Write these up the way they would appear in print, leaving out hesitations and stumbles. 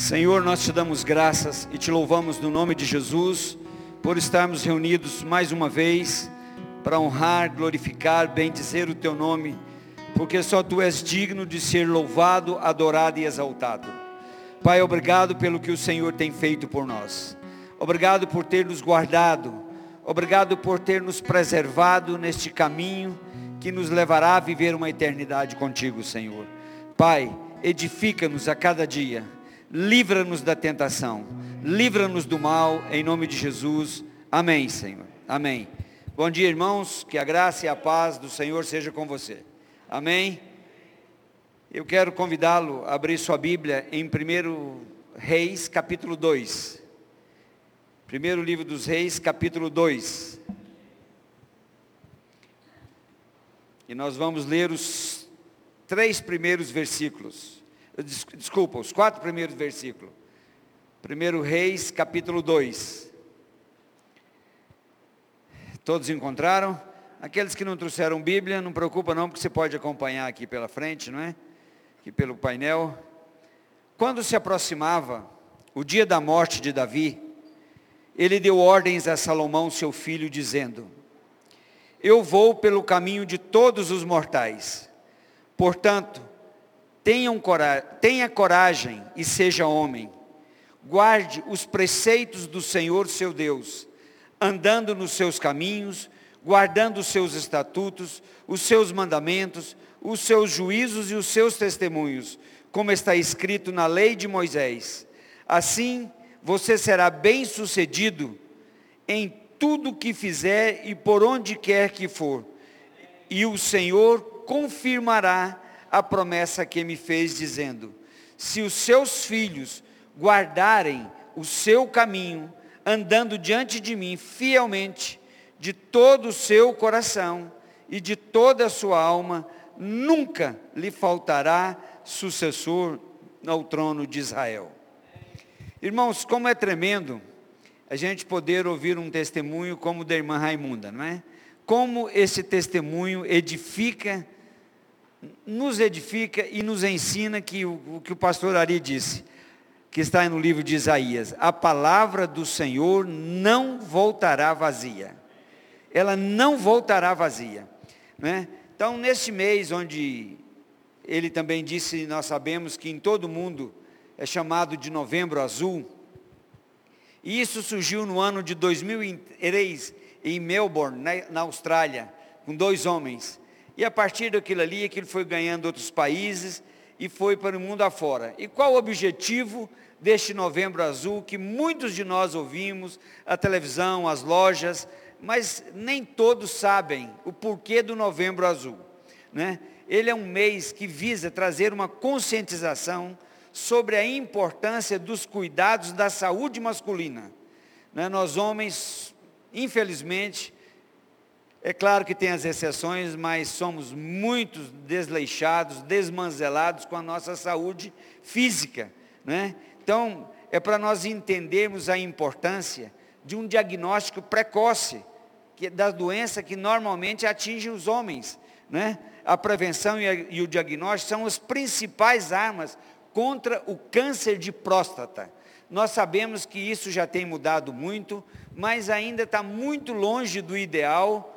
Senhor, nós te damos graças e te louvamos no nome de Jesus, por estarmos reunidos mais uma vez, para honrar, glorificar, bendizer o teu nome, porque só tu és digno de ser louvado, adorado e exaltado. Pai, obrigado pelo que o Senhor tem feito por nós. Obrigado por ter nos guardado. Obrigado por ter nos preservado neste caminho que nos levará a viver uma eternidade contigo, Senhor. Pai, edifica-nos a cada dia. Livra-nos da tentação, livra-nos do mal, em nome de Jesus, amém, Senhor, amém. Bom dia, irmãos, que a graça e a paz do Senhor seja com você, amém. Eu quero convidá-lo a abrir sua Bíblia em 1 Reis, capítulo 2, primeiro livro dos Reis, capítulo 2, e nós vamos ler os 3 primeiros versículos. Desculpa, os 4 primeiros versículos. 1 Reis, capítulo 2. Todos encontraram? Aqueles que não trouxeram Bíblia, não preocupa não, porque você pode acompanhar aqui pela frente, não é? Aqui pelo painel. Quando se aproximava o dia da morte de Davi, ele deu ordens a Salomão, seu filho, dizendo: eu vou pelo caminho de todos os mortais. Portanto, tenha coragem e seja homem. Guarde os preceitos do Senhor seu Deus, andando nos seus caminhos, guardando os seus estatutos, os seus mandamentos, os seus juízos e os seus testemunhos, como está escrito na lei de Moisés. Assim, você será bem-sucedido em tudo que fizer e por onde quer que for. E o Senhor confirmará a promessa que me fez, dizendo: se os seus filhos guardarem o seu caminho, andando diante de mim fielmente, de todo o seu coração e de toda a sua alma, nunca lhe faltará sucessor ao trono de Israel. Irmãos, como é tremendo a gente poder ouvir um testemunho como o da irmã Raimunda, não é? Como esse testemunho nos edifica e nos ensina que o que o pastor Ari disse, que está no livro de Isaías: a palavra do Senhor não voltará vazia. Ela não voltará vazia, né? Então, neste mês onde ele também disse, nós sabemos que em todo o mundo é chamado de Novembro Azul, e isso surgiu no ano de 2003, em Melbourne, na Austrália, com 2 homens. E a partir daquilo ali, aquilo foi ganhando outros países e foi para o mundo afora. E qual o objetivo deste Novembro Azul, que muitos de nós ouvimos, a televisão, as lojas, mas nem todos sabem o porquê do Novembro Azul, né? Ele é um mês que visa trazer uma conscientização sobre a importância dos cuidados da saúde masculina, né? Nós homens, infelizmente, é claro que tem as exceções, mas somos muito desleixados, desmanzelados com a nossa saúde física, né? Então, é para nós entendermos a importância de um diagnóstico precoce da doença que normalmente atinge os homens, né? A prevenção e o diagnóstico são as principais armas contra o câncer de próstata. Nós sabemos que isso já tem mudado muito, mas ainda está muito longe do ideal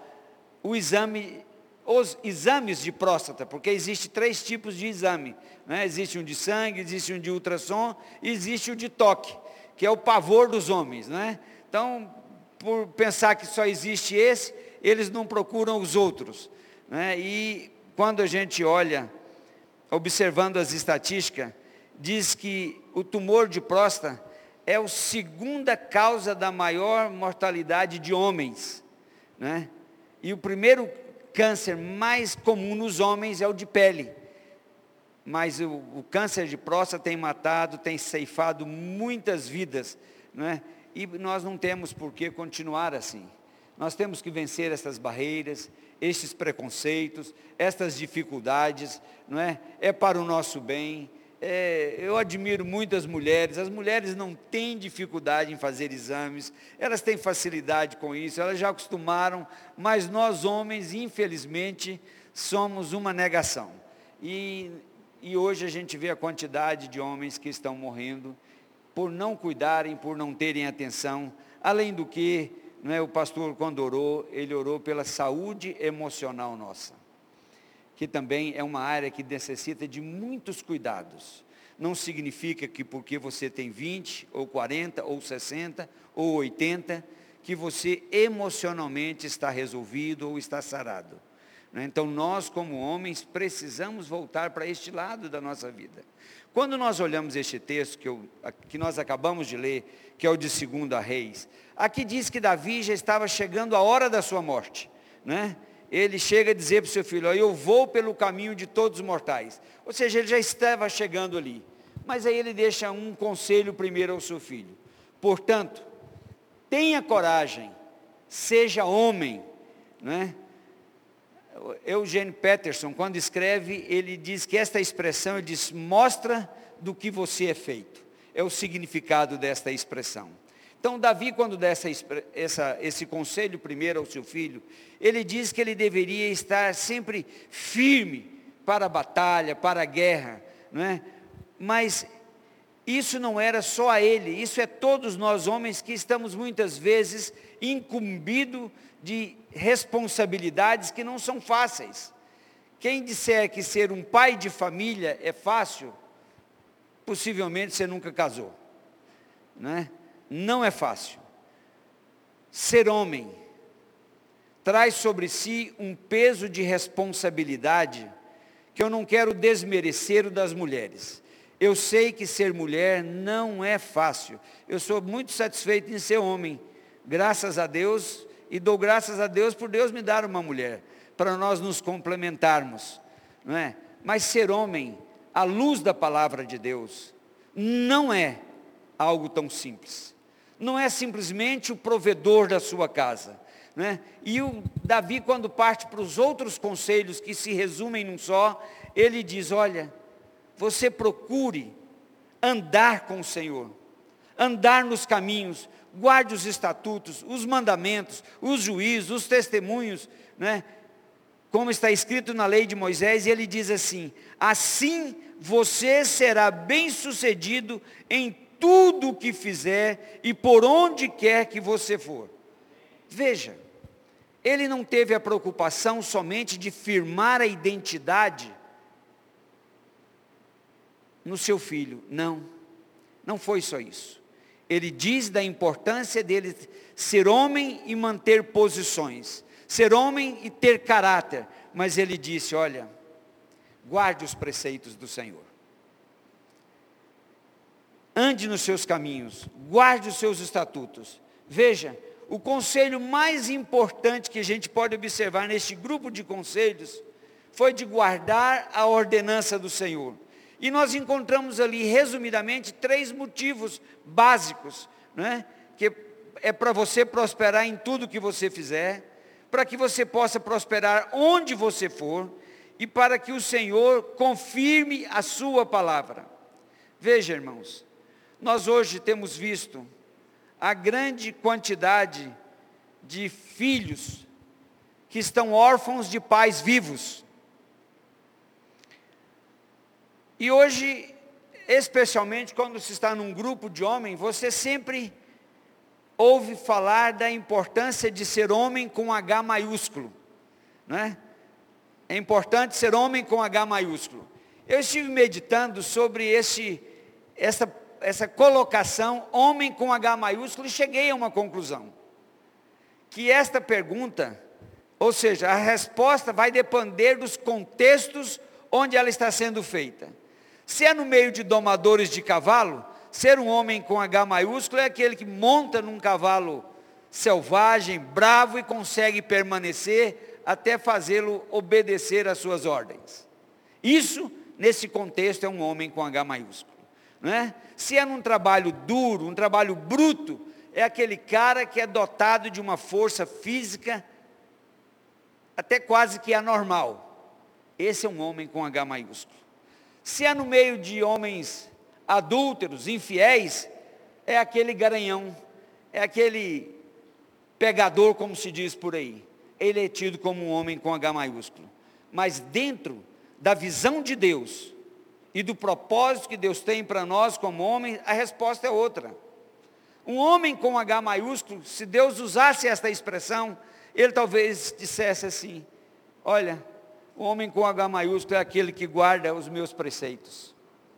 os exames de próstata, porque existe 3 tipos de exame, né? Existe um de sangue, existe um de ultrassom e existe o de toque, que é o pavor dos homens, né? Então, por pensar que só existe esse, eles não procuram os outros, né? E quando a gente olha, observando as estatísticas, diz que o tumor de próstata é a segunda causa da maior mortalidade de homens, né? E o primeiro câncer mais comum nos homens é o de pele. Mas o câncer de próstata tem matado, tem ceifado muitas vidas, não é? E nós não temos por que continuar assim. Nós temos que vencer essas barreiras, estes preconceitos, estas dificuldades, não é? É para o nosso bem. Eu admiro muitas mulheres, as mulheres não têm dificuldade em fazer exames, elas têm facilidade com isso, elas já acostumaram, mas nós homens, infelizmente, somos uma negação. E hoje a gente vê a quantidade de homens que estão morrendo por não cuidarem, por não terem atenção. Além do que, não é, o pastor, quando orou, ele orou pela saúde emocional nossa, que também é uma área que necessita de muitos cuidados. Não significa que porque você tem 20, ou 40, ou 60, ou 80, que você emocionalmente está resolvido ou está sarado. Então nós, como homens, precisamos voltar para este lado da nossa vida. Quando nós olhamos este texto que nós acabamos de ler, que é o de 2 Reis, aqui diz que Davi já estava chegando a hora da sua morte, né? Ele chega a dizer para o seu filho: ó, eu vou pelo caminho de todos os mortais. Ou seja, ele já estava chegando ali. Mas aí ele deixa um conselho primeiro ao seu filho: portanto, tenha coragem, seja homem, né? Eugene Peterson, quando escreve, ele diz que esta expressão, ele diz, mostra do que você é feito. É o significado desta expressão. Então Davi, quando dá esse conselho primeiro ao seu filho, ele diz que ele deveria estar sempre firme para a batalha, para a guerra, não é? Mas isso não era só a ele, isso é todos nós homens que estamos muitas vezes incumbidos de responsabilidades que não são fáceis. Quem disser que ser um pai de família é fácil, possivelmente você nunca casou, né? Não é fácil. Ser homem traz sobre si um peso de responsabilidade que eu não quero desmerecer o das mulheres. Eu sei que ser mulher não é fácil. Eu sou muito satisfeito em ser homem, graças a Deus, e dou graças a Deus por Deus me dar uma mulher, para nós nos complementarmos, não é? Mas ser homem, à luz da palavra de Deus, não é algo tão simples. Não é simplesmente o provedor da sua casa, não é? E o Davi, quando parte para os outros conselhos que se resumem num só, ele diz: olha, você procure andar com o Senhor, andar nos caminhos, guarde os estatutos, os mandamentos, os juízos, os testemunhos, né? Como está escrito na lei de Moisés, e ele diz assim: assim você será bem-sucedido em tudo o que fizer e por onde quer que você for. Veja, ele não teve a preocupação somente de firmar a identidade no seu filho, não foi só isso. Ele diz da importância dele ser homem e manter posições, ser homem e ter caráter, mas ele disse: olha, guarde os preceitos do Senhor, ande nos seus caminhos, guarde os seus estatutos. Veja, o conselho mais importante que a gente pode observar neste grupo de conselhos foi de guardar a ordenança do Senhor. E nós encontramos ali, resumidamente, 3 motivos básicos, né? Que é para você prosperar em tudo que você fizer, para que você possa prosperar onde você for, e para que o Senhor confirme a sua palavra. Veja, irmãos, nós hoje temos visto a grande quantidade de filhos que estão órfãos de pais vivos. E hoje, especialmente quando se está num grupo de homens, você sempre ouve falar da importância de ser homem com H maiúsculo, não é? É importante ser homem com H maiúsculo. Eu estive meditando sobre essa colocação, homem com H maiúsculo, e cheguei a uma conclusão. Que esta pergunta, ou seja, a resposta vai depender dos contextos onde ela está sendo feita. Se é no meio de domadores de cavalo, ser um homem com H maiúsculo é aquele que monta num cavalo selvagem, bravo, e consegue permanecer até fazê-lo obedecer às suas ordens. Isso, nesse contexto, é um homem com H maiúsculo, não é? Se é num trabalho duro, um trabalho bruto, é aquele cara que é dotado de uma força física até quase que anormal. Esse é um homem com H maiúsculo. Se é no meio de homens adúlteros, infiéis, é aquele garanhão, é aquele pegador, como se diz por aí. Ele é tido como um homem com H maiúsculo. Mas dentro da visão de Deus, e do propósito que Deus tem para nós como homens, a resposta é outra. Um homem com H maiúsculo, se Deus usasse esta expressão, ele talvez dissesse assim: olha, o homem com H maiúsculo é aquele que guarda os meus preceitos,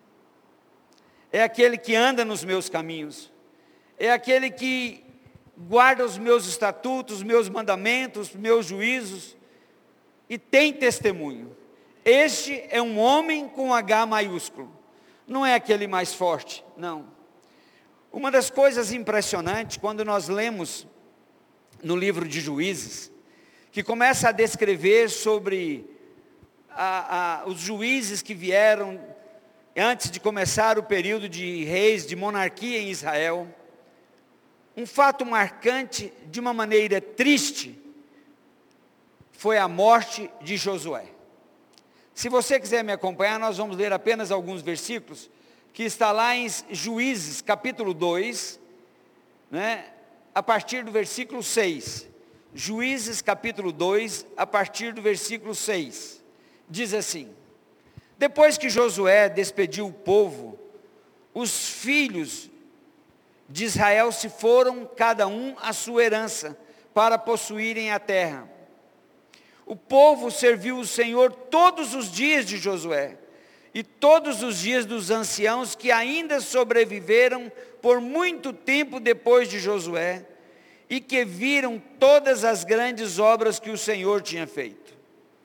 é aquele que anda nos meus caminhos, é aquele que guarda os meus estatutos, os meus mandamentos, os meus juízos, e tem testemunho. Este é um homem com H maiúsculo, não é aquele mais forte, não. Uma das coisas impressionantes, quando nós lemos no livro de Juízes, que começa a descrever sobre os juízes que vieram antes de começar o período de reis, de monarquia em Israel, um fato marcante, de uma maneira triste, foi a morte de Josué. Se você quiser me acompanhar, nós vamos ler apenas alguns versículos, que está lá em Juízes, capítulo 2, né, a partir do versículo 6. Juízes, capítulo 2, a partir do versículo 6. Diz assim: depois que Josué despediu o povo, os filhos de Israel se foram, cada um à sua herança, para possuírem a terra. O povo serviu o Senhor todos os dias de Josué, e todos os dias dos anciãos que ainda sobreviveram por muito tempo depois de Josué, e que viram todas as grandes obras que o Senhor tinha feito.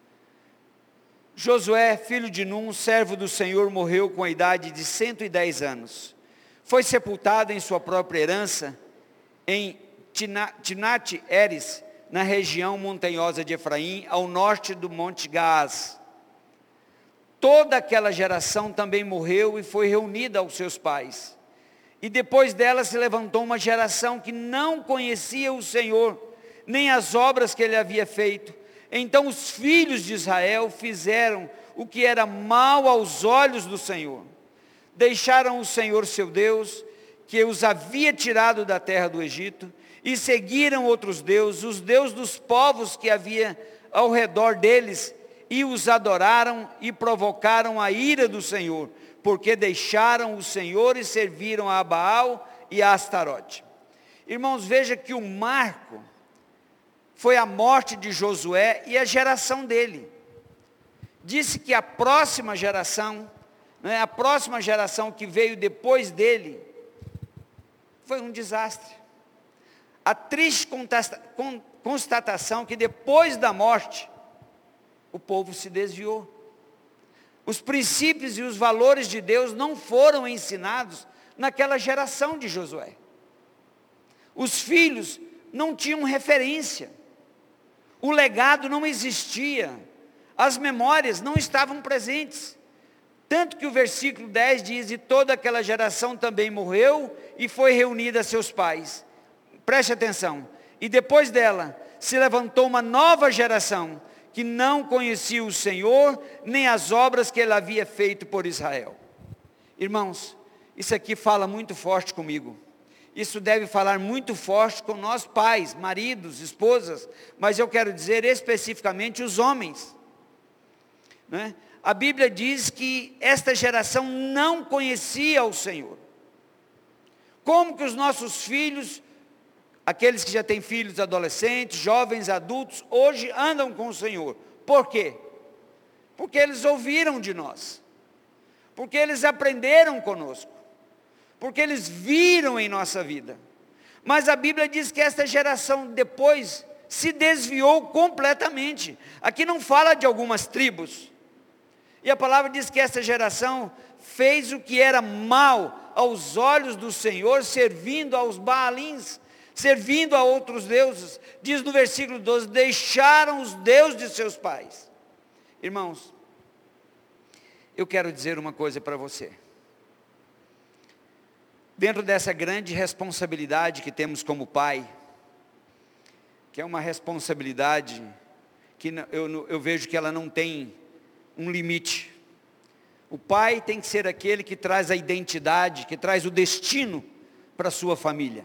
Josué, filho de Num, servo do Senhor, morreu com a idade de 110 anos. Foi sepultado em sua própria herança, em Timnat-Heres, na região montanhosa de Efraim, ao norte do Monte Gaás. Toda aquela geração também morreu e foi reunida aos seus pais. E depois dela se levantou uma geração que não conhecia o Senhor, nem as obras que ele havia feito. Então os filhos de Israel fizeram o que era mal aos olhos do Senhor. Deixaram o Senhor seu Deus, que os havia tirado da terra do Egito, e seguiram outros deuses, os deuses dos povos que havia ao redor deles, e os adoraram e provocaram a ira do Senhor, porque deixaram o Senhor e serviram a Baal e a Astarote. Irmãos, veja que o marco foi a morte de Josué e a geração dele. Disse que a próxima geração, né, a próxima geração que veio depois dele, foi um desastre. A triste constatação que depois da morte, o povo se desviou. Os princípios e os valores de Deus não foram ensinados naquela geração de Josué. Os filhos não tinham referência. O legado não existia. As memórias não estavam presentes. Tanto que o versículo 10 diz: e toda aquela geração também morreu e foi reunida a seus pais. Preste atenção. E depois dela se levantou uma nova geração que não conhecia o Senhor, nem as obras que ele havia feito por Israel. Irmãos, isso aqui fala muito forte comigo. Isso deve falar muito forte com nós pais, maridos, esposas, mas eu quero dizer especificamente os homens, né? A Bíblia diz que esta geração não conhecia o Senhor. Como que os nossos filhos, aqueles que já têm filhos adolescentes, jovens, adultos, hoje andam com o Senhor? Por quê? Porque eles ouviram de nós, porque eles aprenderam conosco, porque eles viram em nossa vida. Mas a Bíblia diz que esta geração depois se desviou completamente. Aqui não fala de algumas tribos. E a palavra diz que essa geração fez o que era mal aos olhos do Senhor, servindo aos Baalins, servindo a outros deuses. Diz no versículo 12, deixaram os deuses de seus pais. Irmãos, eu quero dizer uma coisa para você. Dentro dessa grande responsabilidade que temos como pai, que é uma responsabilidade que eu vejo que ela não tem um limite. O pai tem que ser aquele que traz a identidade, que traz o destino para a sua família.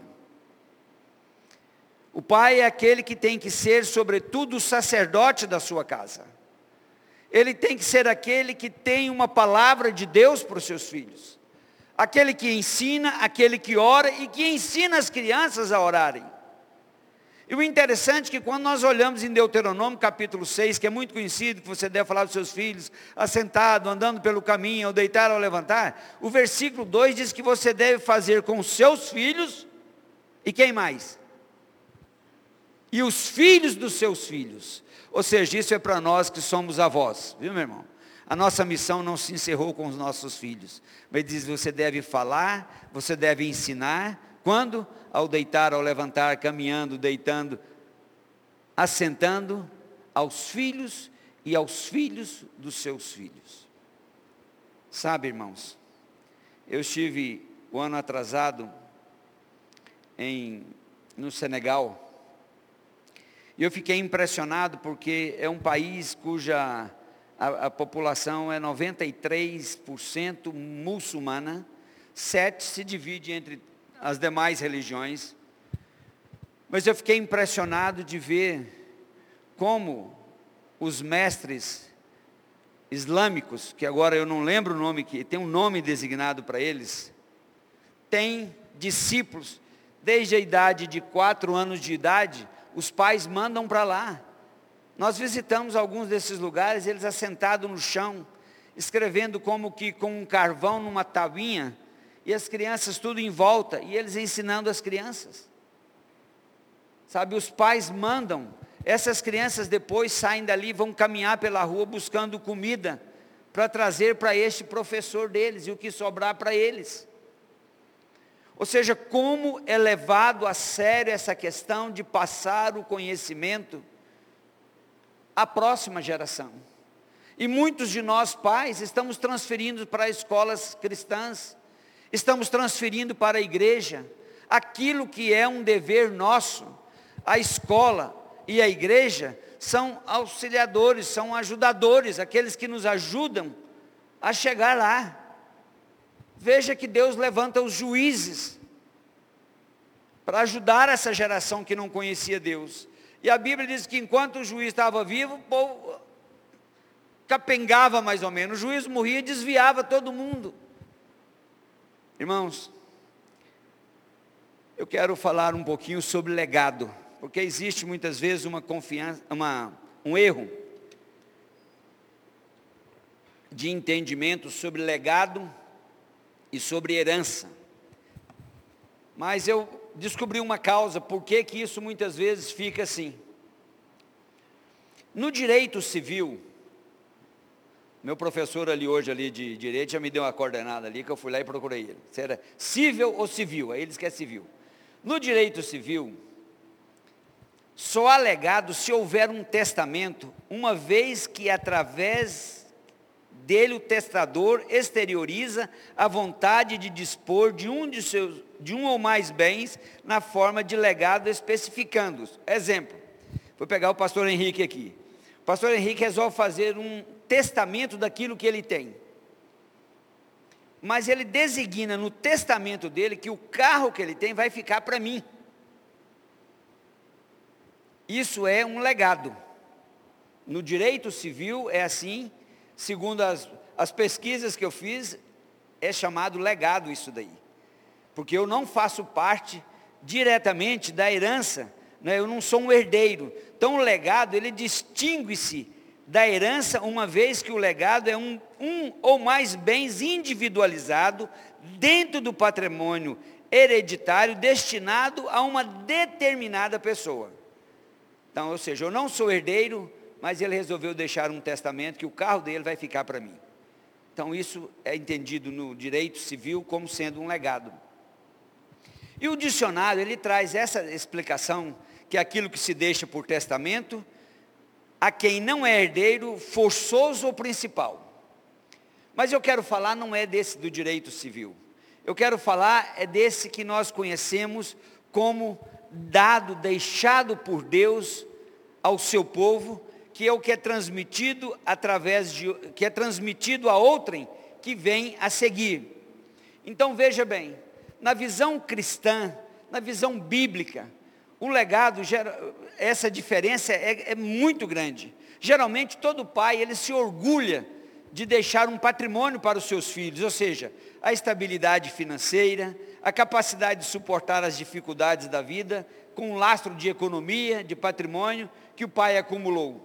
O pai é aquele que tem que ser, sobretudo, o sacerdote da sua casa. ele tem que ser aquele que tem uma palavra de Deus para os seus filhos. Aquele que ensina, aquele que ora e que ensina as crianças a orarem. E o interessante é que quando nós olhamos em Deuteronômio capítulo 6, que é muito conhecido, que você deve falar dos seus filhos, assentado, andando pelo caminho, ao deitar ou levantar, o versículo 2 diz que você deve fazer com os seus filhos, e quem mais? E os filhos dos seus filhos. Ou seja, isso é para nós que somos avós, viu, meu irmão? A nossa missão não se encerrou com os nossos filhos, mas diz, você deve falar, você deve ensinar, quando? Ao deitar, ao levantar, caminhando, deitando, assentando, aos filhos e aos filhos dos seus filhos. Sabe, irmãos, eu estive o ano atrasado no Senegal, e eu fiquei impressionado porque é um país cuja a população é 93% muçulmana, 7% se divide entre as demais religiões, mas eu fiquei impressionado de ver como os mestres islâmicos, que agora eu não lembro o nome, que tem um nome designado para eles, têm discípulos, desde a idade de 4 anos de idade, os pais mandam para lá. Nós visitamos alguns desses lugares, eles assentados no chão, escrevendo como que com um carvão numa tabuinha, e as crianças tudo em volta, e eles ensinando as crianças. Sabe, os pais mandam, essas crianças depois saem dali, vão caminhar pela rua buscando comida, para trazer para este professor deles, e o que sobrar para eles. Ou seja, como é levado a sério essa questão de passar o conhecimento à próxima geração. E muitos de nós pais estamos transferindo para escolas cristãs, estamos transferindo para a igreja, aquilo que é um dever nosso. A escola e a igreja são auxiliadores, são ajudadores, aqueles que nos ajudam a chegar lá. Veja que Deus levanta os juízes para ajudar essa geração que não conhecia Deus. E a Bíblia diz que enquanto o juiz estava vivo, o povo capengava mais ou menos. O juiz morria e desviava todo mundo. Irmãos, eu quero falar um pouquinho sobre legado, porque existe muitas vezes um erro de entendimento sobre legado e sobre herança. Mas eu descobri uma causa, por que isso muitas vezes fica assim. No direito civil, meu professor ali hoje ali de direito já me deu uma coordenada ali, que eu fui lá e procurei ele. Se era cível ou civil, aí eles querem civil. No direito civil, só há legado se houver um testamento, uma vez que através dele o testador exterioriza a vontade de dispor de um ou mais bens na forma de legado, especificando-os. Exemplo, vou pegar o pastor Henrique aqui. O pastor Henrique resolve fazer um testamento daquilo que ele tem, mas ele designa no testamento dele que o carro que ele tem vai ficar para mim. Isso é um legado. No direito civil é assim, segundo as pesquisas que eu fiz, é chamado legado isso daí, porque eu não faço parte diretamente da herança, né? Eu não sou um herdeiro. Então o legado, ele distingue-se da herança, uma vez que o legado é um ou mais bens individualizado dentro do patrimônio hereditário destinado a uma determinada pessoa. Então, ou seja, eu não sou herdeiro, mas ele resolveu deixar um testamento que o carro dele vai ficar para mim. Então isso é entendido no direito civil como sendo um legado. E o dicionário, ele traz essa explicação, que é aquilo que se deixa por testamento, a quem não é herdeiro, forçoso ou principal. Mas eu quero falar, não é desse do direito civil. Eu quero falar, é desse que nós conhecemos como dado, deixado por Deus ao seu povo, que é o que é transmitido que é transmitido a outrem que vem a seguir. Então veja bem, na visão cristã, na visão bíblica, o legado, essa diferença é muito grande. Geralmente todo pai, ele se orgulha de deixar um patrimônio para os seus filhos, ou seja, a estabilidade financeira, a capacidade de suportar as dificuldades da vida, com um lastro de economia, de patrimônio, que o pai acumulou.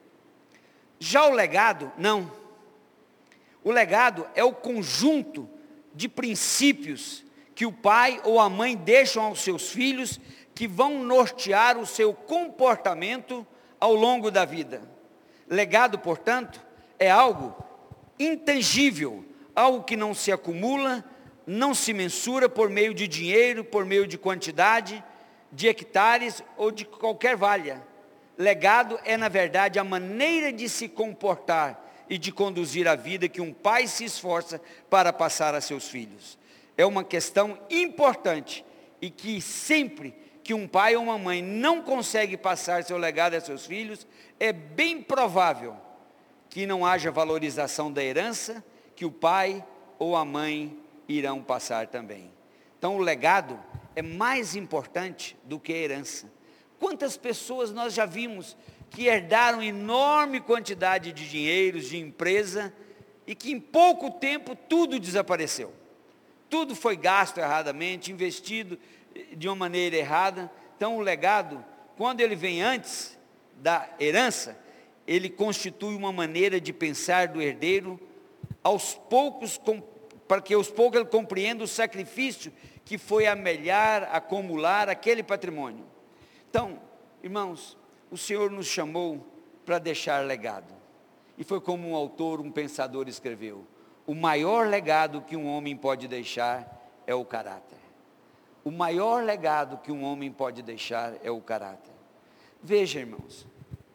Já o legado, não. O legado é o conjunto de princípios que o pai ou a mãe deixam aos seus filhos, que vão nortear o seu comportamento ao longo da vida. Legado, portanto, é algo intangível, algo que não se acumula, não se mensura por meio de dinheiro, por meio de quantidade, de hectares ou de qualquer valha. Legado é, na verdade, a maneira de se comportar e de conduzir a vida que um pai se esforça para passar a seus filhos. É uma questão importante e que sempre que um pai ou uma mãe não consegue passar seu legado a seus filhos, é bem provável que não haja valorização da herança que o pai ou a mãe irão passar também. Então o legado é mais importante do que a herança. Quantas pessoas nós já vimos que herdaram enorme quantidade de dinheiros, de empresa, e que em pouco tempo tudo desapareceu. Tudo foi gasto erradamente, investido de uma maneira errada. Então o legado, quando ele vem antes da herança, ele constitui uma maneira de pensar do herdeiro, aos poucos, para que aos poucos ele compreenda o sacrifício que foi amelhar, acumular aquele patrimônio. Então, irmãos, o Senhor nos chamou para deixar legado. E foi como um autor, um pensador escreveu: o maior legado que um homem pode deixar é o caráter. O maior legado que um homem pode deixar é o caráter. Veja, irmãos,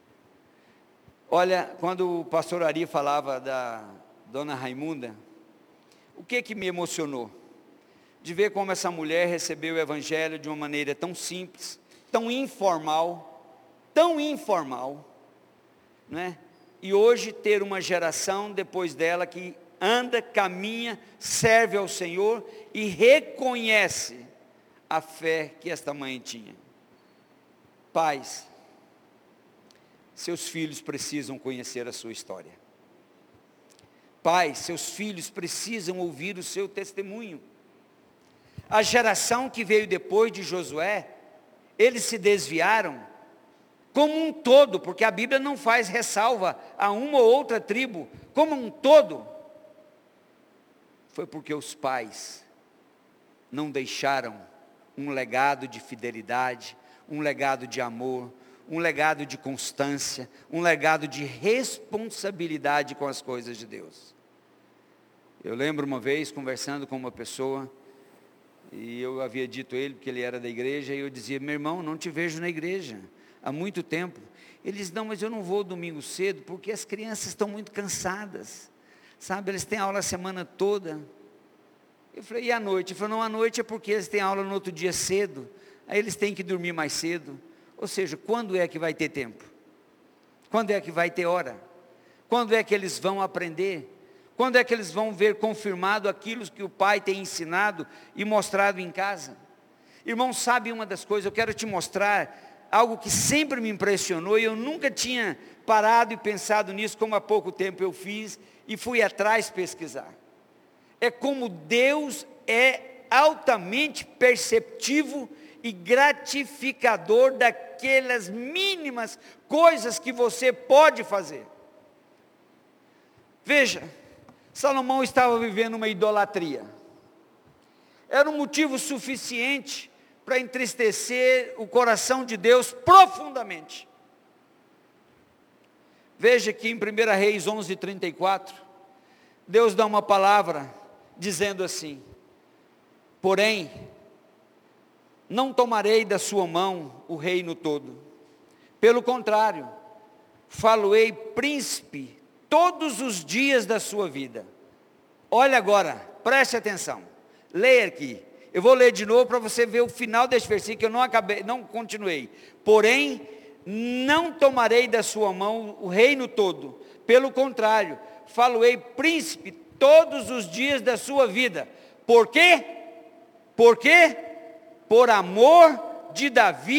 olha, quando o pastor Ari falava da dona Raimunda, o que me emocionou? De ver como essa mulher recebeu o evangelho de uma maneira tão simples, tão informal, né? E hoje ter uma geração depois dela que anda, caminha, serve ao Senhor e reconhece a fé que esta mãe tinha. Pais, seus filhos precisam conhecer a sua história. Pais, seus filhos precisam ouvir o seu testemunho. A geração que veio depois de Josué, eles se desviaram como um todo, porque a Bíblia não faz ressalva a uma ou outra tribo, como um todo. Foi porque os pais não deixaram um legado de fidelidade, um legado de amor, um legado de constância, um legado de responsabilidade com as coisas de Deus. Eu lembro uma vez conversando com uma pessoa, e eu havia dito a ele, porque ele era da igreja, e eu dizia: meu irmão, não te vejo na igreja há muito tempo. Ele diz: não, mas eu não vou domingo cedo, porque as crianças estão muito cansadas, sabe, eles têm aula a semana toda. Eu falei: e à noite? Ele falou: não, à noite é porque eles têm aula no outro dia cedo, aí eles têm que dormir mais cedo. Ou seja, quando é que vai ter tempo? Quando é que vai ter hora? Quando é que eles vão aprender? Quando é que eles vão ver confirmado aquilo que o pai tem ensinado e mostrado em casa? Irmão, sabe uma das coisas, eu quero te mostrar algo que sempre me impressionou, e eu nunca tinha parado e pensado nisso, como há pouco tempo eu fiz, e fui atrás pesquisar. É como Deus é altamente perceptivo e gratificador daquelas mínimas coisas que você pode fazer. Veja, Salomão estava vivendo uma idolatria. Era um motivo suficiente para entristecer o coração de Deus profundamente. Veja que em 1 Reis 11:34, Deus dá uma palavra dizendo assim: porém, não tomarei da sua mão o reino todo. Pelo contrário, falo-ei príncipe todos os dias da sua vida. Olha agora, preste atenção. Leia aqui. Eu vou ler de novo para você ver o final deste versículo, que eu não continuei. Porém, não tomarei da sua mão o reino todo. Pelo contrário, falo-ei príncipe todos os dias da sua vida. Por quê? Por quê? Por amor de Davi,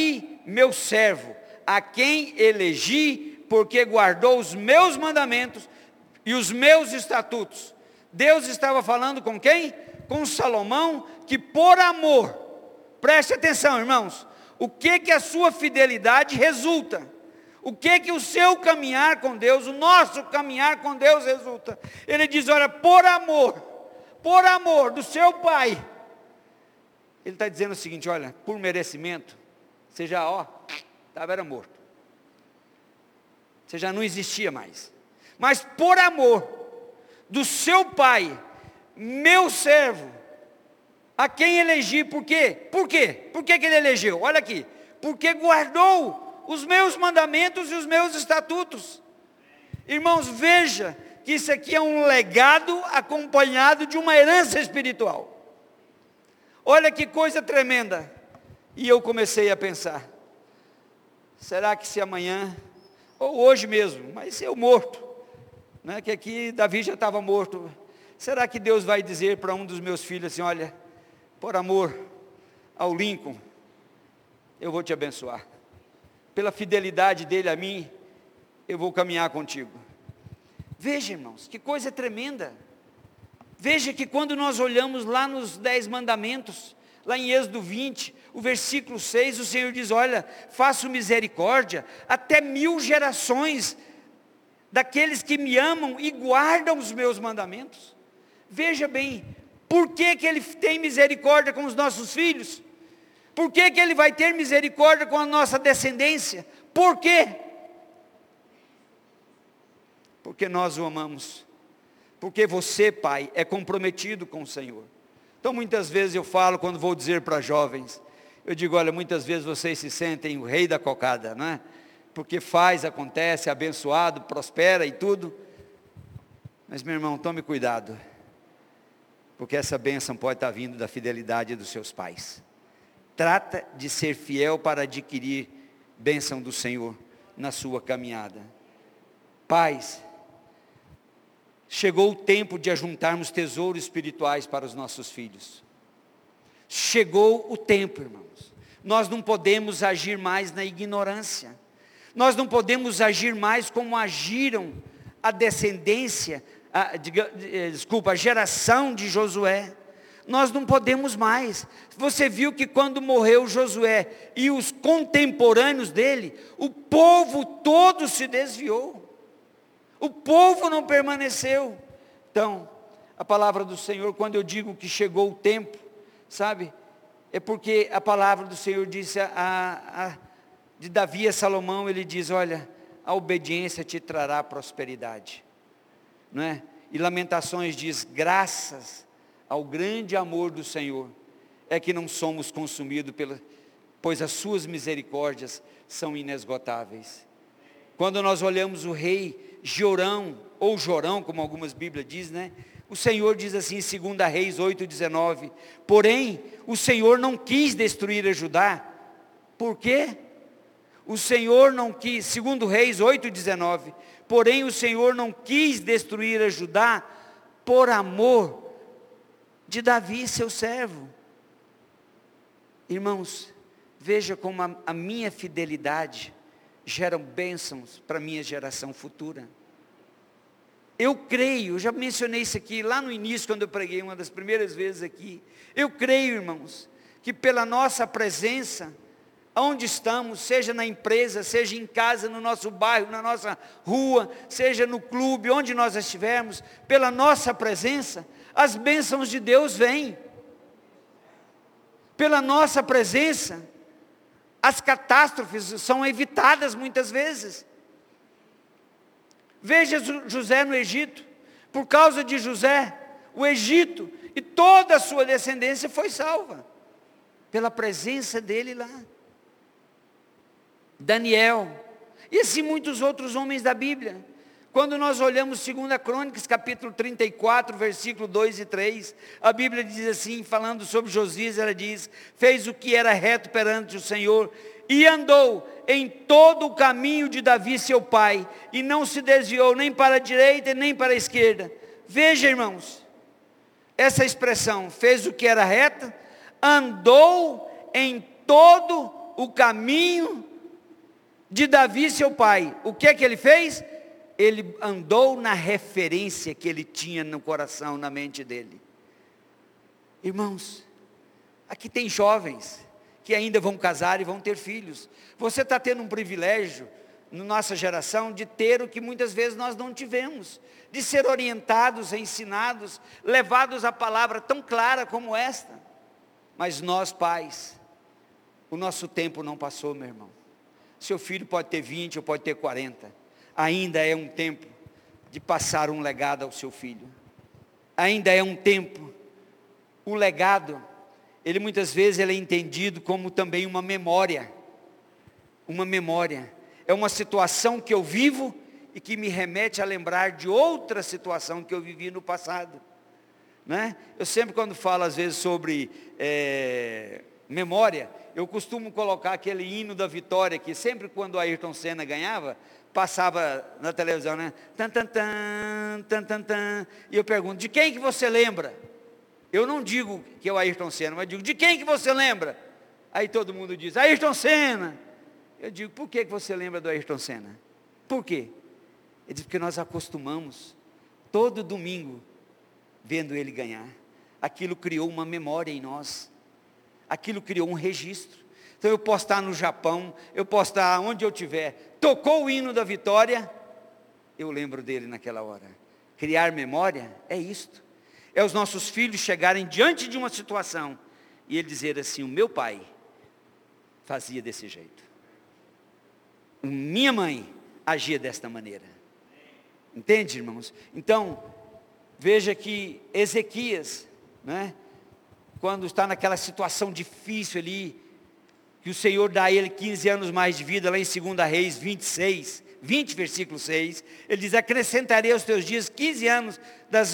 meu servo, a quem elegi, porque guardou os meus mandamentos e os meus estatutos. Deus estava falando com quem? Com Salomão, que por amor, preste atenção, irmãos, o que a sua fidelidade resulta? O que o seu caminhar com Deus, o nosso caminhar com Deus resulta? Ele diz, olha, por amor do seu pai. Ele está dizendo o seguinte, olha, por merecimento, você já, era morto. Você já não existia mais. Mas por amor do seu pai, meu servo, a quem elegi, por quê? Por quê? Por que ele elegeu? Olha aqui, porque guardou os meus mandamentos e os meus estatutos. Irmãos, veja que isso aqui é um legado acompanhado de uma herança espiritual. Olha que coisa tremenda. E eu comecei a pensar, será que se amanhã, ou hoje mesmo, mas se eu morto, né, que aqui Davi já estava morto, será que Deus vai dizer para um dos meus filhos assim, olha, por amor ao Lincoln, eu vou te abençoar, pela fidelidade dele a mim, eu vou caminhar contigo. Veja, irmãos, que coisa tremenda. Veja que quando nós olhamos lá nos 10 mandamentos, lá em Êxodo 20, o versículo 6, o Senhor diz, olha, faço misericórdia até 1000 gerações daqueles que me amam e guardam os meus mandamentos. Veja bem, por que Ele tem misericórdia com os nossos filhos? Por que Ele vai ter misericórdia com a nossa descendência? Por quê? Porque nós o amamos. Porque você, pai, é comprometido com o Senhor. Então muitas vezes eu falo, quando vou dizer para jovens, eu digo, olha, muitas vezes vocês se sentem o rei da cocada, não é? Porque faz, acontece, abençoado, prospera e tudo. Mas meu irmão, tome cuidado, porque essa bênção pode estar vindo da fidelidade dos seus pais. Trata de ser fiel para adquirir bênção do Senhor na sua caminhada. Pais, chegou o tempo de ajuntarmos tesouros espirituais para os nossos filhos. Chegou o tempo, irmãos. Nós não podemos agir mais na ignorância. Nós não podemos agir mais como agiram a descendência, a geração de Josué. Nós não podemos mais. Você viu que quando morreu Josué e os contemporâneos dele, o povo todo se desviou. O povo não permaneceu. Então, a palavra do Senhor, quando eu digo que chegou o tempo, sabe? É porque a palavra do Senhor disse de Davi a Salomão, ele diz, olha, a obediência te trará prosperidade. Não é? E Lamentações diz, graças ao grande amor do Senhor, é que não somos consumidos, pois as suas misericórdias são inesgotáveis. Quando nós olhamos o rei Jorão, ou Jorão, como algumas Bíblias dizem, né? O Senhor diz assim em 2 Reis 8,19, porém, o Senhor não quis destruir a Judá. Por quê? O Senhor não quis, 2 Reis 8,19, porém o Senhor não quis destruir a Judá por amor de Davi, seu servo. Irmãos, veja como a minha fidelidade geram bênçãos para a minha geração futura. Eu creio, eu já mencionei isso aqui lá no início, quando eu preguei uma das primeiras vezes aqui. Eu creio, irmãos, que pela nossa presença, onde estamos, seja na empresa, seja em casa, no nosso bairro, na nossa rua, seja no clube, onde nós estivermos, pela nossa presença, as bênçãos de Deus vêm. Pela nossa presença, as catástrofes são evitadas muitas vezes. Veja José no Egito. Por causa de José, o Egito e toda a sua descendência foi salva. Pela presença dele lá. Daniel. E assim muitos outros homens da Bíblia. Quando nós olhamos 2 Crônicas, capítulo 34, versículo 2 e 3, a Bíblia diz assim, falando sobre Josias, ela diz, fez o que era reto perante o Senhor, e andou em todo o caminho de Davi seu pai, e não se desviou nem para a direita nem para a esquerda. Veja, irmãos, essa expressão, fez o que era reto, andou em todo o caminho de Davi, seu pai. O que é que ele fez? Ele andou na referência que ele tinha no coração, na mente dele. Irmãos, aqui tem jovens que ainda vão casar e vão ter filhos. Você está tendo um privilégio, na nossa geração, de ter o que muitas vezes nós não tivemos, de ser orientados, ensinados, levados à palavra tão clara como esta. Mas nós, pais, o nosso tempo não passou, meu irmão. Seu filho pode ter 20 ou pode ter 40. Ainda é um tempo de passar um legado ao seu filho. Ainda é um tempo. O legado, ele muitas vezes ele é entendido como também uma memória. Uma memória. É uma situação que eu vivo e que me remete a lembrar de outra situação que eu vivi no passado. Né? Eu sempre, quando falo às vezes sobre memória, eu costumo colocar aquele hino da vitória, que sempre quando o Ayrton Senna ganhava, passava na televisão, né? Tan, tan, tan, tan, tan, tan. E eu pergunto, de quem que você lembra? Eu não digo que é o Ayrton Senna, mas digo, de quem que você lembra? Aí todo mundo diz, Ayrton Senna. Eu digo, por que você lembra do Ayrton Senna? Por quê? Ele diz, porque nós acostumamos, todo domingo, vendo ele ganhar. Aquilo criou uma memória em nós. Aquilo criou um registro. Então eu posso estar no Japão, eu posso estar onde eu estiver. Tocou o hino da vitória, eu lembro dele naquela hora. Criar memória é isto. É os nossos filhos chegarem diante de uma situação e ele dizer assim, o meu pai fazia desse jeito. Minha mãe agia desta maneira. Entende, irmãos? Então, veja que Ezequias, né, quando está naquela situação difícil ali, que o Senhor dá a ele 15 anos mais de vida, lá em 2 Reis 20 versículo 6, ele diz, acrescentarei aos teus dias 15 anos das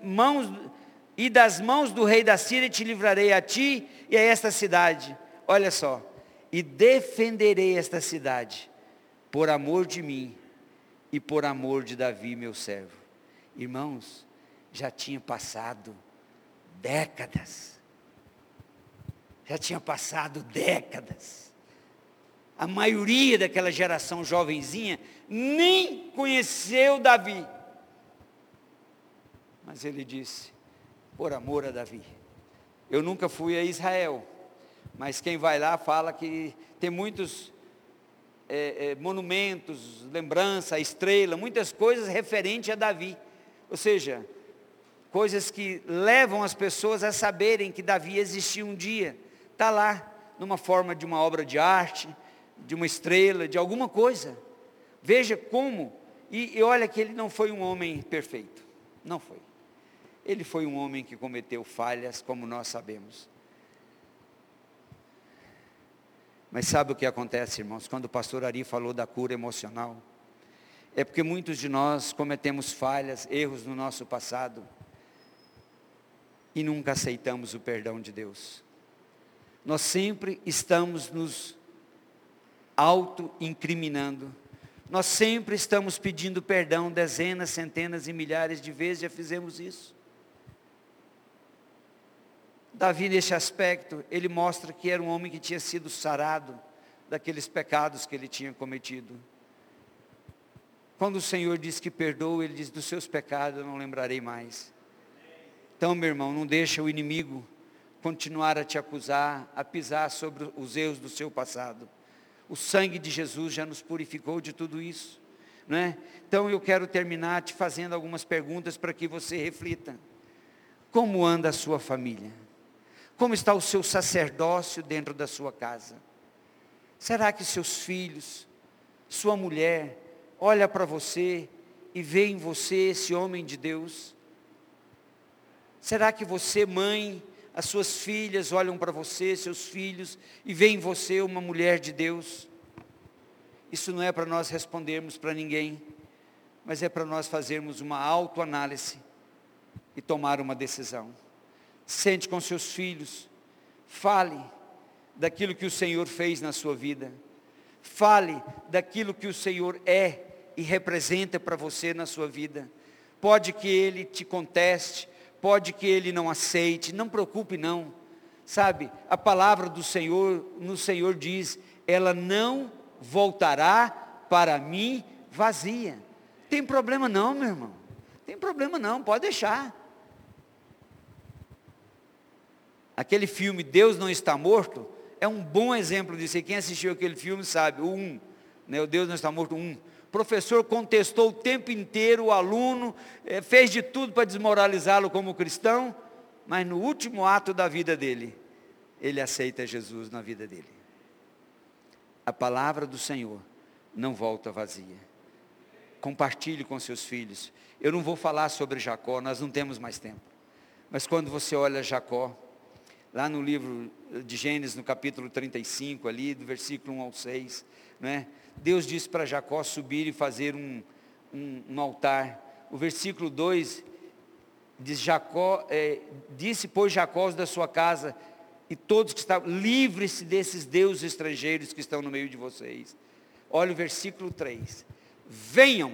mãos do rei da Síria, te livrarei a ti e a esta cidade. Olha só, e defenderei esta cidade, por amor de mim e por amor de Davi, meu servo. Irmãos, já tinha passado décadas. Já tinha passado décadas. A maioria daquela geração jovenzinha nem conheceu Davi. Mas ele disse, por amor a Davi. Eu nunca fui a Israel, mas quem vai lá fala que tem muitos monumentos, lembrança, estrela, muitas coisas referentes a Davi. Ou seja, coisas que levam as pessoas a saberem que Davi existiu um dia. Está lá, numa forma de uma obra de arte, de uma estrela, de alguma coisa. Veja como, e olha que ele não foi um homem perfeito. Não foi. Ele foi um homem que cometeu falhas, como nós sabemos. Mas sabe o que acontece, irmãos, quando o pastor Ari falou da cura emocional? É porque muitos de nós cometemos falhas, erros no nosso passado, e nunca aceitamos o perdão de Deus. Nós sempre estamos nos auto-incriminando, nós sempre estamos pedindo perdão, dezenas, centenas e milhares de vezes já fizemos isso. Davi, nesse aspecto, ele mostra que era um homem que tinha sido sarado daqueles pecados que ele tinha cometido. Quando o Senhor diz que perdoa, ele diz, dos seus pecados eu não lembrarei mais. Então, meu irmão, não deixa o inimigo continuar a te acusar, a pisar sobre os erros do seu passado. O sangue de Jesus já nos purificou de tudo isso, não é? Então eu quero terminar te fazendo algumas perguntas para que você reflita. Como anda a sua família? Como está o seu sacerdócio dentro da sua casa? Será que seus filhos, sua mulher, olha para você e vê em você esse homem de Deus? Será que você, mãe, as suas filhas olham para você, seus filhos, e veem em você uma mulher de Deus? Isso não é para nós respondermos para ninguém, mas é para nós fazermos uma autoanálise e tomar uma decisão. Sente com seus filhos, fale daquilo que o Senhor fez na sua vida, fale daquilo que o Senhor é e representa para você na sua vida. Pode que Ele te conteste, pode que Ele não aceite, não preocupe não, sabe, a palavra do Senhor, no Senhor diz, ela não voltará para mim vazia. Tem problema não, meu irmão. Tem problema não, pode deixar. Aquele filme Deus Não Está Morto é um bom exemplo disso. E quem assistiu aquele filme sabe, o 1, né, o Deus Não Está Morto 1. O professor contestou o tempo inteiro o aluno, fez de tudo para desmoralizá-lo como cristão, mas no último ato da vida dele, ele aceita Jesus na vida dele. A palavra do Senhor não volta vazia. Compartilhe com seus filhos. Eu não vou falar sobre Jacó, nós não temos mais tempo. Mas quando você olha Jacó, lá no livro de Gênesis, no capítulo 35, ali, do versículo 1 ao 6, né? Deus disse para Jacó subir e fazer um altar. O versículo 2 diz, disse, pois, Jacó da sua casa, e todos que estavam, livre-se desses deuses estrangeiros que estão no meio de vocês. Olha o versículo 3, venham,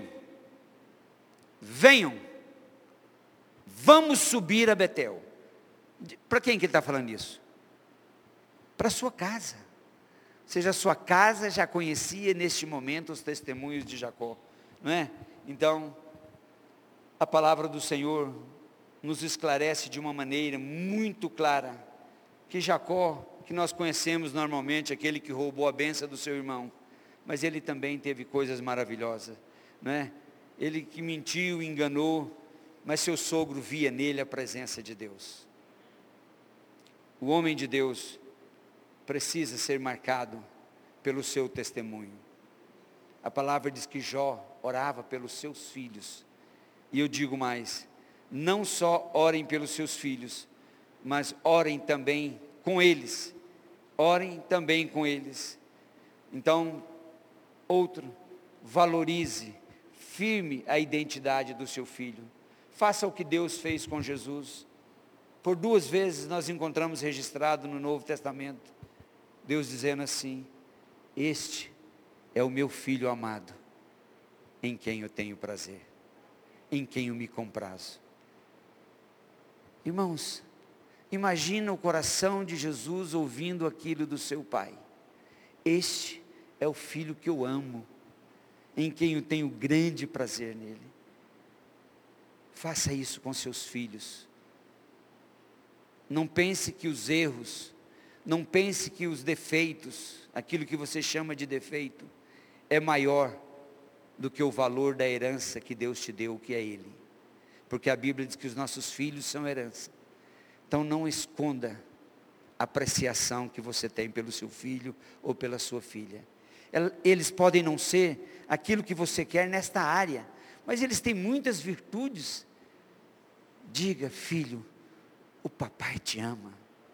vamos subir a Betel. Para quem que ele está falando isso? Para a sua casa. Ou seja, a sua casa já conhecia neste momento os testemunhos de Jacó, não é? Então, a palavra do Senhor nos esclarece de uma maneira muito clara, que Jacó, que nós conhecemos normalmente, aquele que roubou a bênção do seu irmão, mas ele também teve coisas maravilhosas, não é? Ele que mentiu, enganou, mas seu sogro via nele a presença de Deus. O homem de Deus precisa ser marcado pelo seu testemunho. A palavra diz que Jó orava pelos seus filhos. E eu digo mais, não só orem pelos seus filhos, mas orem também com eles. Orem também com eles. Então, outro, valorize, firme a identidade do seu filho. Faça o que Deus fez com Jesus. Por 2 vezes nós encontramos registrado no Novo Testamento, Deus dizendo assim, este é o meu filho amado, em quem eu tenho prazer, em quem eu me comprazo. Irmãos, imagina o coração de Jesus ouvindo aquilo do seu pai. Este é o filho que eu amo, em quem eu tenho grande prazer nele. Faça isso com seus filhos. Não pense que os erros, não pense que os defeitos, aquilo que você chama de defeito, é maior do que o valor da herança que Deus te deu, que é Ele. Porque a Bíblia diz que os nossos filhos são herança. Então não esconda a apreciação que você tem pelo seu filho ou pela sua filha. Eles podem não ser aquilo que você quer nesta área, mas eles têm muitas virtudes. Diga, filho, o papai te ama.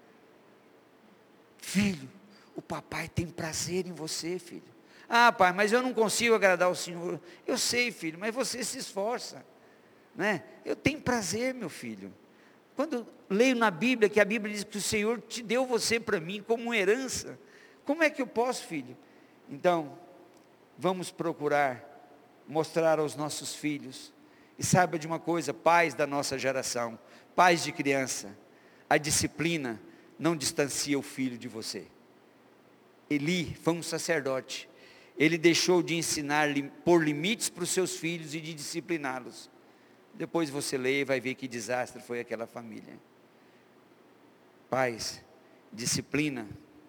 Filho, o papai tem prazer em você, filho. Ah, pai, mas eu não consigo agradar o Senhor. Eu sei, filho, mas você se esforça, né? Eu tenho prazer, meu filho. Quando leio na Bíblia, que a Bíblia diz que o Senhor te deu você para mim como uma herança, como é que eu posso, filho? Então, vamos procurar mostrar aos nossos filhos, e saiba de uma coisa, pais da nossa geração, pais de criança, a disciplina não distancia o filho de você. Eli foi um sacerdote, ele deixou de ensinar, pôr limites para os seus filhos e de discipliná-los. Depois você lê e vai ver que desastre foi aquela família. Pais, disciplina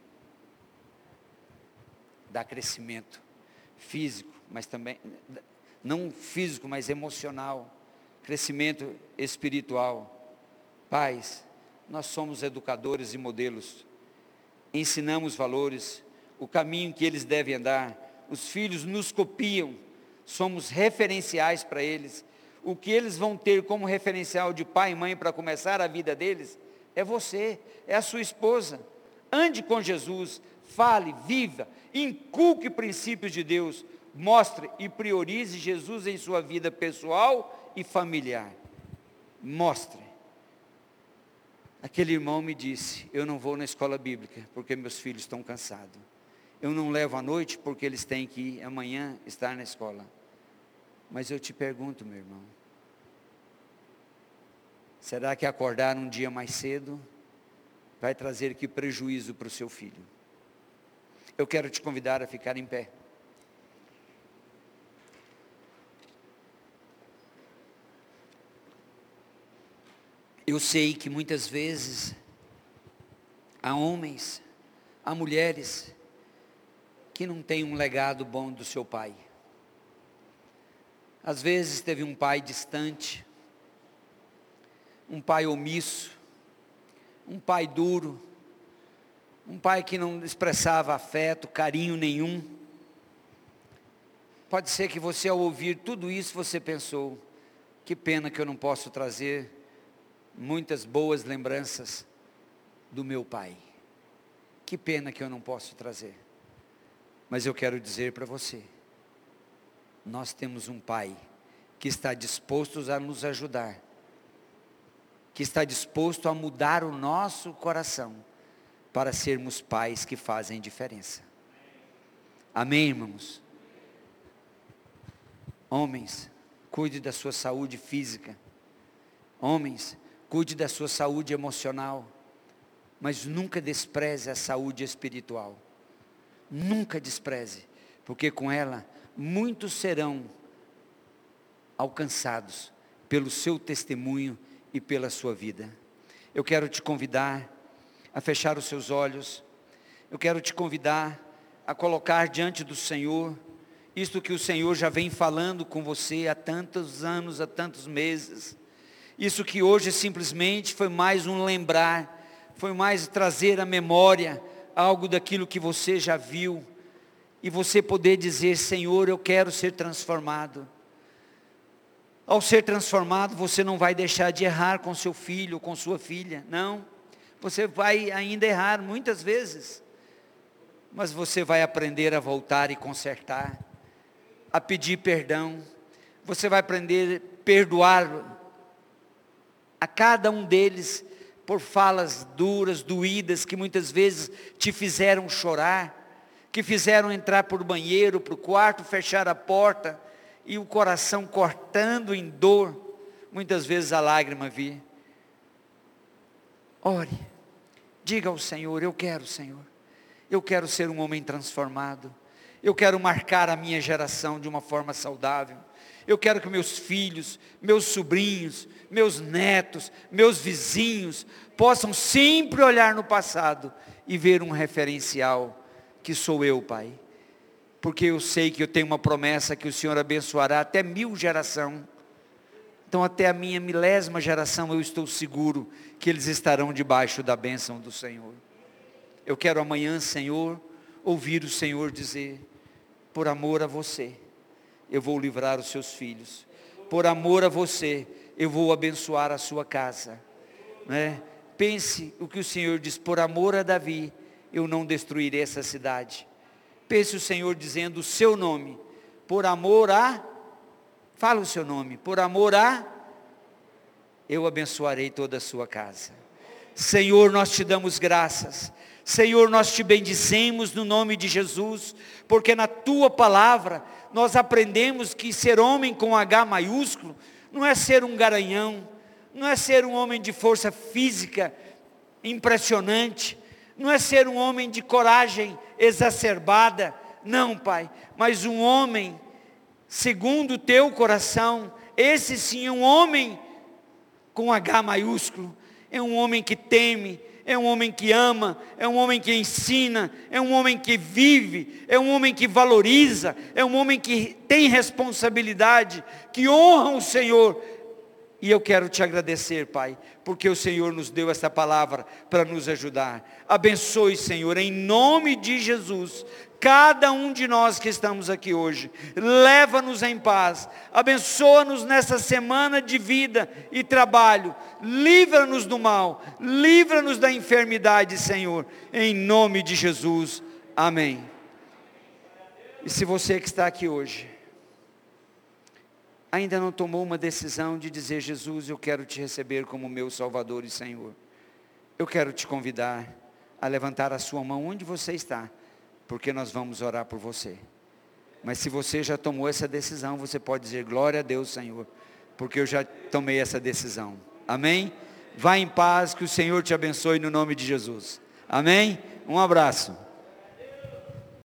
dá crescimento físico, mas também, não físico, mas emocional, crescimento espiritual. Pais, nós somos educadores e modelos, ensinamos valores, o caminho que eles devem andar, os filhos nos copiam, somos referenciais para eles. O que eles vão ter como referencial de pai e mãe para começar a vida deles, é você, é a sua esposa. Ande com Jesus, fale, viva, inculque princípios de Deus, mostre e priorize Jesus em sua vida pessoal e familiar. Mostre. Aquele irmão me disse, eu não vou na escola bíblica, porque meus filhos estão cansados. Eu não levo à noite, porque eles têm que ir amanhã estar na escola. Mas eu te pergunto, meu irmão, será que acordar um dia mais cedo vai trazer que prejuízo para o seu filho? Eu quero te convidar a ficar em pé. Eu sei que muitas vezes há homens, há mulheres que não têm um legado bom do seu pai. Às vezes teve um pai distante, um pai omisso, um pai duro, um pai que não expressava afeto, carinho nenhum. Pode ser que você, ao ouvir tudo isso, você pensou: que pena que eu não posso trazer muitas boas lembranças do meu pai. Que pena que eu não posso trazer. Mas eu quero dizer para você, nós temos um pai que está disposto a nos ajudar, que está disposto a mudar o nosso coração, para sermos pais que fazem diferença. Amém, irmãos? Homens, cuide da sua saúde física. Homens, cuide da sua saúde emocional. Mas nunca despreze a saúde espiritual. Nunca despreze, porque com ela muitos serão alcançados pelo seu testemunho e pela sua vida. Eu quero te convidar a fechar os seus olhos. Eu quero te convidar a colocar diante do Senhor isto que o Senhor já vem falando com você há tantos anos, há tantos meses. Isso que hoje simplesmente foi mais um lembrar, foi mais trazer à memória algo daquilo que você já viu, e você poder dizer: Senhor, eu quero ser transformado. Ao ser transformado, você não vai deixar de errar com seu filho, com sua filha, não. Você vai ainda errar muitas vezes, mas você vai aprender a voltar e consertar, a pedir perdão. Você vai aprender a perdoar a cada um deles por falas duras, doídas, que muitas vezes te fizeram chorar, que fizeram entrar para o banheiro, para o quarto, fechar a porta, e o coração cortando em dor, muitas vezes a lágrima vir. Ore, diga ao Senhor: eu quero, Senhor, eu quero ser um homem transformado, eu quero marcar a minha geração de uma forma saudável. Eu quero que meus filhos, meus sobrinhos, meus netos, meus vizinhos, possam sempre olhar no passado e ver um referencial, que sou eu, Pai. Porque eu sei que eu tenho uma promessa que o Senhor abençoará até 1000 gerações. Então até a minha 1000ª geração eu estou seguro que eles estarão debaixo da bênção do Senhor. Eu quero amanhã, Senhor, ouvir o Senhor dizer: por amor a você, eu vou livrar os seus filhos. Por amor a você, eu vou abençoar a sua casa. Né? Pense o que o Senhor diz: por amor a Davi, eu não destruirei essa cidade. Pense o Senhor dizendo o seu nome: por amor a, fala o seu nome, por amor a, eu abençoarei toda a sua casa. Senhor, nós te damos graças. Senhor, nós te bendizemos no nome de Jesus, porque na tua palavra nós aprendemos que ser homem com H maiúsculo não é ser um garanhão, não é ser um homem de força física impressionante, não é ser um homem de coragem exacerbada, não, Pai, mas um homem segundo o teu coração. Esse sim é um homem com H maiúsculo, é um homem que teme, é um homem que ama, é um homem que ensina, é um homem que vive, é um homem que valoriza, é um homem que tem responsabilidade, que honra o Senhor. E eu quero te agradecer, Pai, porque o Senhor nos deu essa palavra para nos ajudar. Abençoe, Senhor, em nome de Jesus, cada um de nós que estamos aqui hoje. Leva-nos em paz, abençoa-nos nessa semana de vida e trabalho. Livra-nos do mal, livra-nos da enfermidade, Senhor, em nome de Jesus, amém. E se você que está aqui hoje ainda não tomou uma decisão de dizer: Jesus, eu quero te receber como meu Salvador e Senhor, eu quero te convidar a levantar a sua mão onde você está, porque nós vamos orar por você. Mas se você já tomou essa decisão, você pode dizer: glória a Deus, Senhor, porque eu já tomei essa decisão. Amém? Vá em paz, que o Senhor te abençoe no nome de Jesus. Amém? Um abraço.